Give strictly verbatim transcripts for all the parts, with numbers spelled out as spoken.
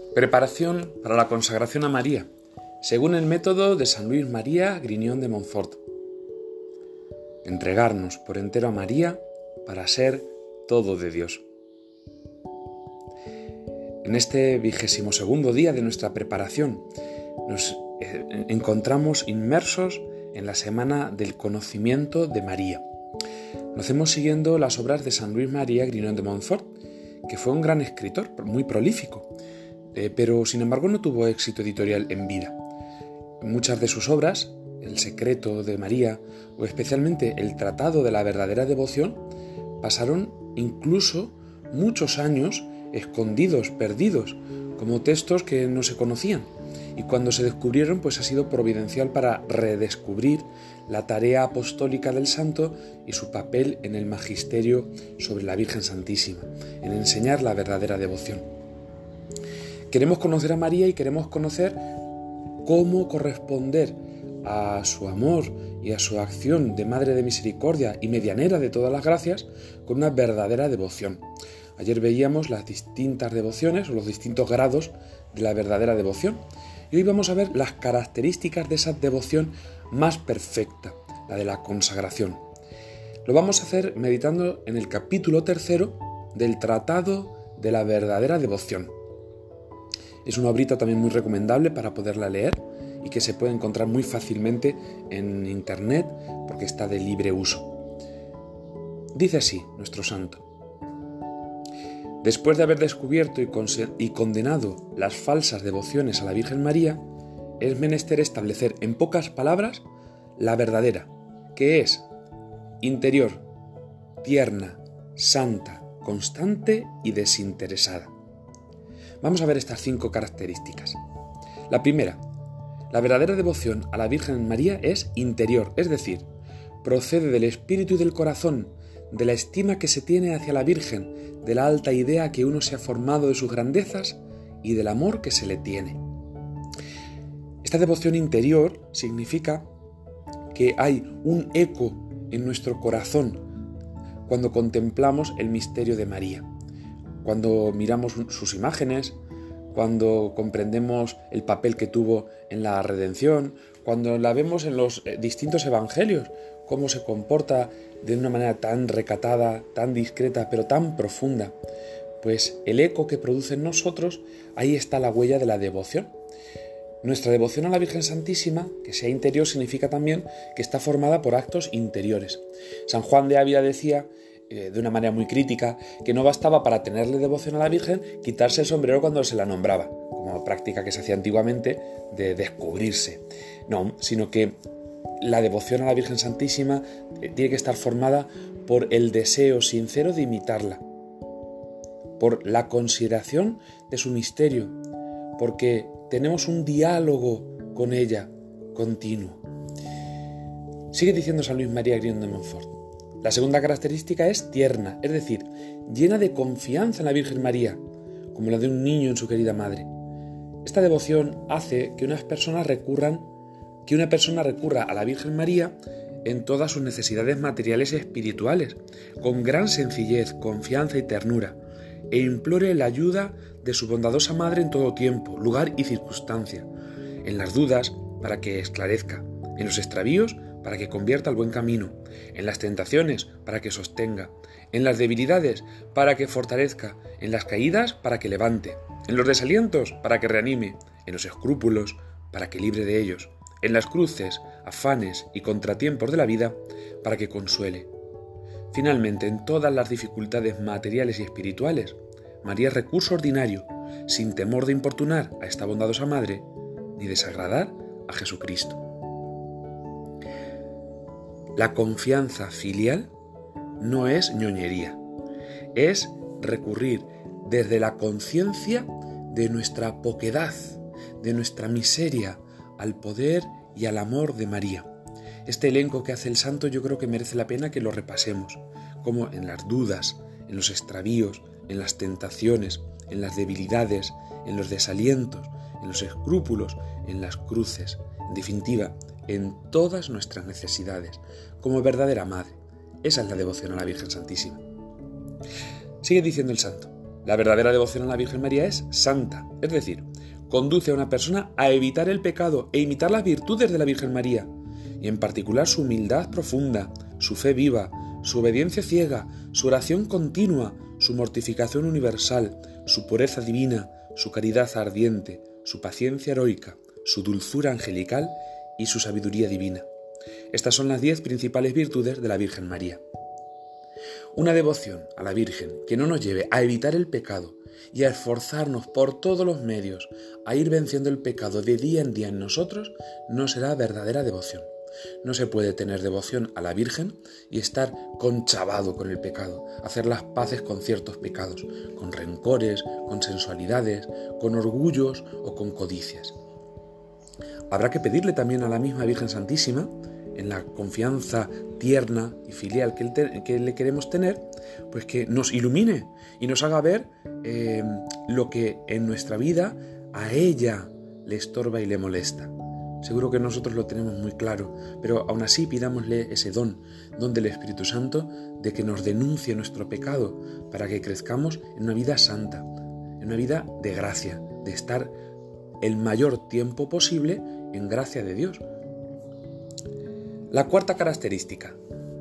Preparación para la consagración a María, según el método de San Luis María Grignion de Montfort. Entregarnos por entero a María para ser todo de Dios. En este vigésimo segundo día de nuestra preparación nos encontramos inmersos en la semana del conocimiento de María. Lo hacemos siguiendo las obras de San Luis María Grignion de Montfort, que fue un gran escritor, muy prolífico, eh, pero sin embargo no tuvo éxito editorial en vida. Muchas de sus obras, El secreto de María o especialmente el Tratado de la verdadera devoción, pasaron incluso muchos años escondidos, perdidos, como textos que no se conocían. Y cuando se descubrieron, pues ha sido providencial para redescubrir la tarea apostólica del santo y su papel en el magisterio sobre la Virgen Santísima, en enseñar la verdadera devoción. Queremos conocer a María y queremos conocer cómo corresponder a su amor y a su acción de Madre de Misericordia y medianera de todas las gracias con una verdadera devoción. Ayer veíamos las distintas devociones o los distintos grados de la verdadera devoción. Y hoy vamos a ver las características de esa devoción más perfecta, la de la consagración. Lo vamos a hacer meditando en el capítulo tercero del Tratado de la verdadera devoción. Es una obrita también muy recomendable para poderla leer y que se puede encontrar muy fácilmente en internet porque está de libre uso. Dice así nuestro santo: después de haber descubierto y condenado las falsas devociones a la Virgen María, es menester establecer en pocas palabras la verdadera, que es interior, tierna, santa, constante y desinteresada. Vamos a ver estas cinco características. La primera, la verdadera devoción a la Virgen María es interior, es decir, procede del espíritu y del corazón, de la estima que se tiene hacia la Virgen, de la alta idea que uno se ha formado de sus grandezas y del amor que se le tiene. Esta devoción interior significa que hay un eco en nuestro corazón cuando contemplamos el misterio de María, cuando miramos sus imágenes, cuando comprendemos el papel que tuvo en la redención, cuando la vemos en los distintos evangelios, cómo se comporta de una manera tan recatada, tan discreta, pero tan profunda. Pues el eco que produce en nosotros, ahí está la huella de la devoción. Nuestra devoción a la Virgen Santísima, que sea interior, significa también que está formada por actos interiores. San Juan de Ávila decía, eh, de una manera muy crítica, que no bastaba para tenerle devoción a la Virgen quitarse el sombrero cuando se la nombraba, como práctica que se hacía antiguamente de descubrirse. No, sino que la devoción a la Virgen Santísima tiene que estar formada por el deseo sincero de imitarla, por la consideración de su misterio, porque tenemos un diálogo con ella continuo. Sigue diciendo San Luis María Grignion de Montfort. La segunda característica es tierna, es decir, llena de confianza en la Virgen María, como la de un niño en su querida madre. Esta devoción hace que unas personas recurran que una persona recurra a la Virgen María en todas sus necesidades materiales y espirituales, con gran sencillez, confianza y ternura, e implore la ayuda de su bondadosa Madre en todo tiempo, lugar y circunstancia, en las dudas para que esclarezca, en los extravíos para que convierta al buen camino, en las tentaciones para que sostenga, en las debilidades para que fortalezca, en las caídas para que levante, en los desalientos para que reanime, en los escrúpulos para que libre de ellos, en las cruces, afanes y contratiempos de la vida para que consuele. Finalmente, en todas las dificultades materiales y espirituales, María es recurso ordinario, sin temor de importunar a esta bondadosa Madre ni desagradar a Jesucristo. La confianza filial no es ñoñería, es recurrir desde la conciencia de nuestra poquedad, de nuestra miseria, al poder y al amor de María. Este elenco que hace el santo yo creo que merece la pena que lo repasemos, como en las dudas, en los extravíos, en las tentaciones, en las debilidades, en los desalientos, en los escrúpulos, en las cruces, en definitiva, en todas nuestras necesidades, como verdadera madre. Esa es la devoción a la Virgen Santísima. Sigue diciendo el santo: La verdadera devoción a la Virgen María es santa, es decir, conduce a una persona a evitar el pecado e imitar las virtudes de la Virgen María, y en particular su humildad profunda, su fe viva, su obediencia ciega, su oración continua, su mortificación universal, su pureza divina, su caridad ardiente, su paciencia heroica, su dulzura angelical y su sabiduría divina. Estas son las diez principales virtudes de la Virgen María. Una devoción a la Virgen que no nos lleve a evitar el pecado y a esforzarnos por todos los medios a ir venciendo el pecado de día en día en nosotros no será verdadera devoción. No se puede tener devoción a la Virgen y estar conchavado con el pecado, hacer las paces con ciertos pecados, con rencores, con sensualidades, con orgullos o con codicias. Habrá que pedirle también a la misma Virgen Santísima, en la confianza tierna y filial que, te, que le queremos tener, pues que nos ilumine y nos haga ver eh, lo que en nuestra vida a ella le estorba y le molesta. Seguro que nosotros lo tenemos muy claro, pero aún así pidámosle ese don, don del Espíritu Santo, de que nos denuncie nuestro pecado para que crezcamos en una vida santa, en una vida de gracia, de estar el mayor tiempo posible en gracia de Dios. La cuarta característica.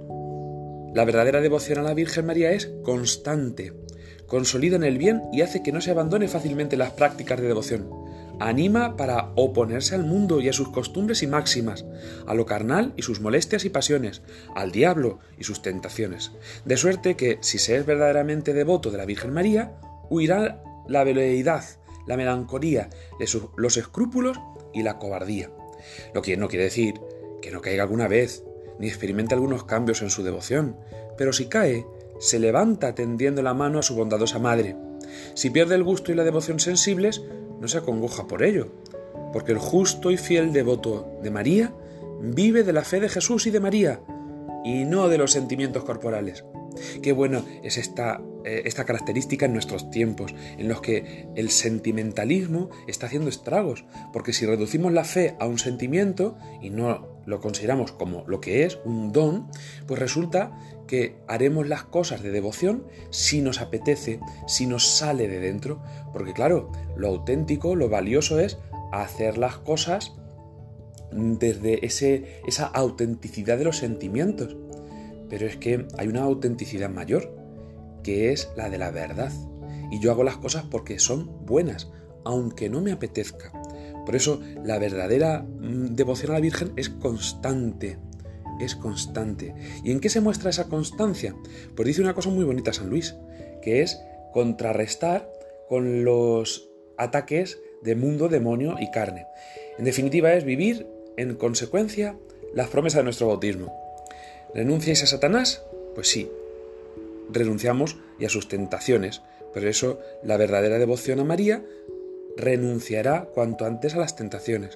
La verdadera devoción a la Virgen María es constante, consolida en el bien y hace que no se abandone fácilmente las prácticas de devoción. Anima para oponerse al mundo y a sus costumbres y máximas, a lo carnal y sus molestias y pasiones, al diablo y sus tentaciones. De suerte que, si se es verdaderamente devoto de la Virgen María, huirá la veleidad, la melancolía, los escrúpulos y la cobardía. Lo que no quiere decir que no caiga alguna vez, ni experimente algunos cambios en su devoción, pero si cae, se levanta tendiendo la mano a su bondadosa madre. Si pierde el gusto y la devoción sensibles, no se acongoja por ello, porque el justo y fiel devoto de María vive de la fe de Jesús y de María, y no de los sentimientos corporales. Qué bueno es esta, eh, esta característica en nuestros tiempos, en los que el sentimentalismo está haciendo estragos, porque si reducimos la fe a un sentimiento y no lo consideramos como lo que es, un don, pues resulta que haremos las cosas de devoción si nos apetece, si nos sale de dentro, porque claro, lo auténtico, lo valioso es hacer las cosas desde ese, esa autenticidad de los sentimientos. Pero es que hay una autenticidad mayor, que es la de la verdad. Y yo hago las cosas porque son buenas, aunque no me apetezca. Por eso la verdadera devoción a la Virgen es constante, es constante. ¿Y en qué se muestra esa constancia? Pues dice una cosa muy bonita San Luis, que es contrarrestar con los ataques de mundo, demonio y carne. En definitiva es vivir en consecuencia las promesas de nuestro bautismo. ¿Renunciáis a Satanás? Pues sí, renunciamos y a sus tentaciones. Por eso la verdadera devoción a María renunciará cuanto antes a las tentaciones.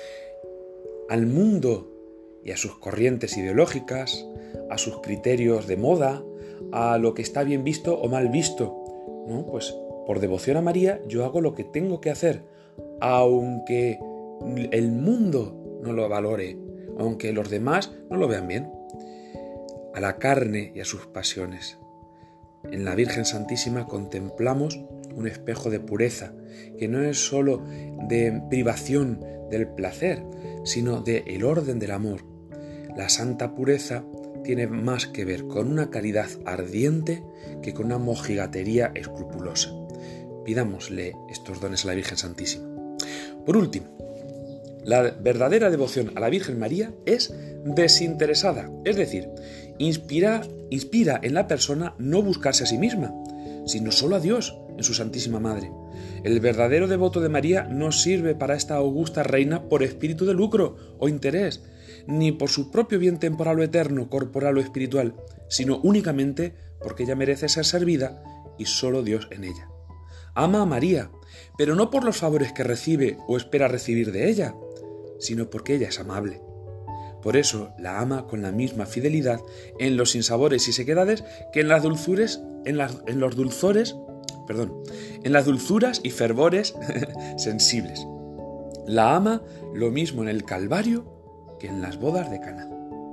Al mundo y a sus corrientes ideológicas, a sus criterios de moda, a lo que está bien visto o mal visto, ¿no? Pues por devoción a María yo hago lo que tengo que hacer, aunque el mundo no lo valore, aunque los demás no lo vean bien. A la carne y a sus pasiones. En la Virgen Santísima contemplamos un espejo de pureza, que no es sólo de privación del placer, sino del orden del amor. La santa pureza tiene más que ver con una caridad ardiente que con una mojigatería escrupulosa. Pidámosle estos dones a la Virgen Santísima. Por último, la verdadera devoción a la Virgen María es desinteresada, es decir, inspira, inspira en la persona no buscarse a sí misma, sino solo a Dios en su Santísima Madre. El verdadero devoto de María no sirve para esta augusta reina por espíritu de lucro o interés, ni por su propio bien temporal o eterno, corporal o espiritual, sino únicamente porque ella merece ser servida y solo Dios en ella. Ama a María, pero no por los favores que recibe o espera recibir de ella, sino porque ella es amable. Por eso la ama con la misma fidelidad en los sinsabores y sequedades que en las dulzures, en, las, en los dulzores, perdón, en las dulzuras y fervores sensibles. La ama lo mismo en el Calvario que en las bodas de Caná.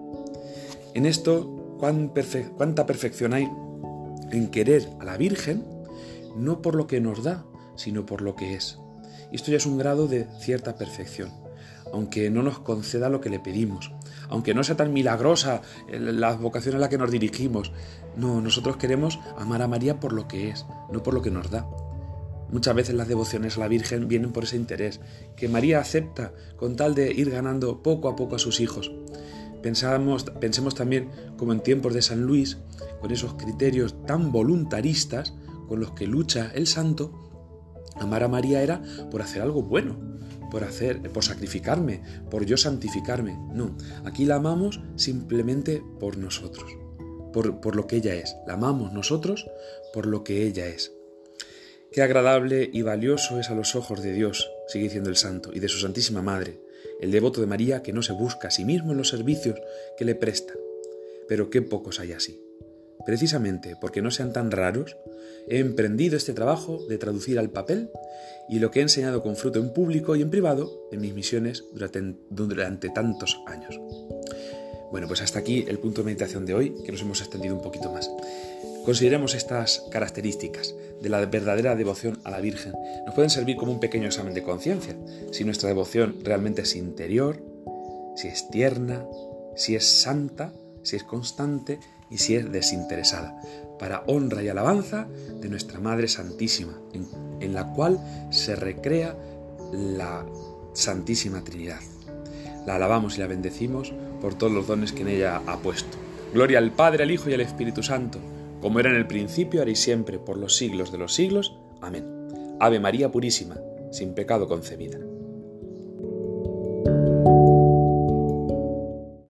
En esto, ¿cuán perfe- cuánta perfección hay en querer a la Virgen, no por lo que nos da, sino por lo que es. Y esto ya es un grado de cierta perfección, aunque no nos conceda lo que le pedimos, aunque no sea tan milagrosa la vocación a la que nos dirigimos. No, nosotros queremos amar a María por lo que es, no por lo que nos da. Muchas veces las devociones a la Virgen vienen por ese interés, que María acepta con tal de ir ganando poco a poco a sus hijos. Pensamos, pensemos también como en tiempos de San Luis, con esos criterios tan voluntaristas con los que lucha el santo. Amar a María era por hacer algo bueno, por hacer, por sacrificarme, por yo santificarme. No, aquí la amamos simplemente por nosotros, por, por lo que ella es. La amamos nosotros por lo que ella es. Qué agradable y valioso es a los ojos de Dios, sigue diciendo el santo, y de su Santísima Madre, el devoto de María que no se busca a sí mismo en los servicios que le presta. Pero qué pocos hay así. Precisamente porque no sean tan raros, he emprendido este trabajo de traducir al papel y lo que he enseñado con fruto en público y en privado en mis misiones durante, durante tantos años. Bueno, pues hasta aquí el punto de meditación de hoy, que nos hemos extendido un poquito más. Consideremos estas características de la verdadera devoción a la Virgen. Nos pueden servir como un pequeño examen de conciencia, si nuestra devoción realmente es interior, si es tierna, si es santa, si es constante y si es desinteresada, para honra y alabanza de nuestra Madre Santísima, en, en la cual se recrea la Santísima Trinidad. La alabamos y la bendecimos por todos los dones que en ella ha puesto. Gloria al Padre, al Hijo y al Espíritu Santo, como era en el principio, ahora y siempre, por los siglos de los siglos. Amén. Ave María Purísima, sin pecado concebida.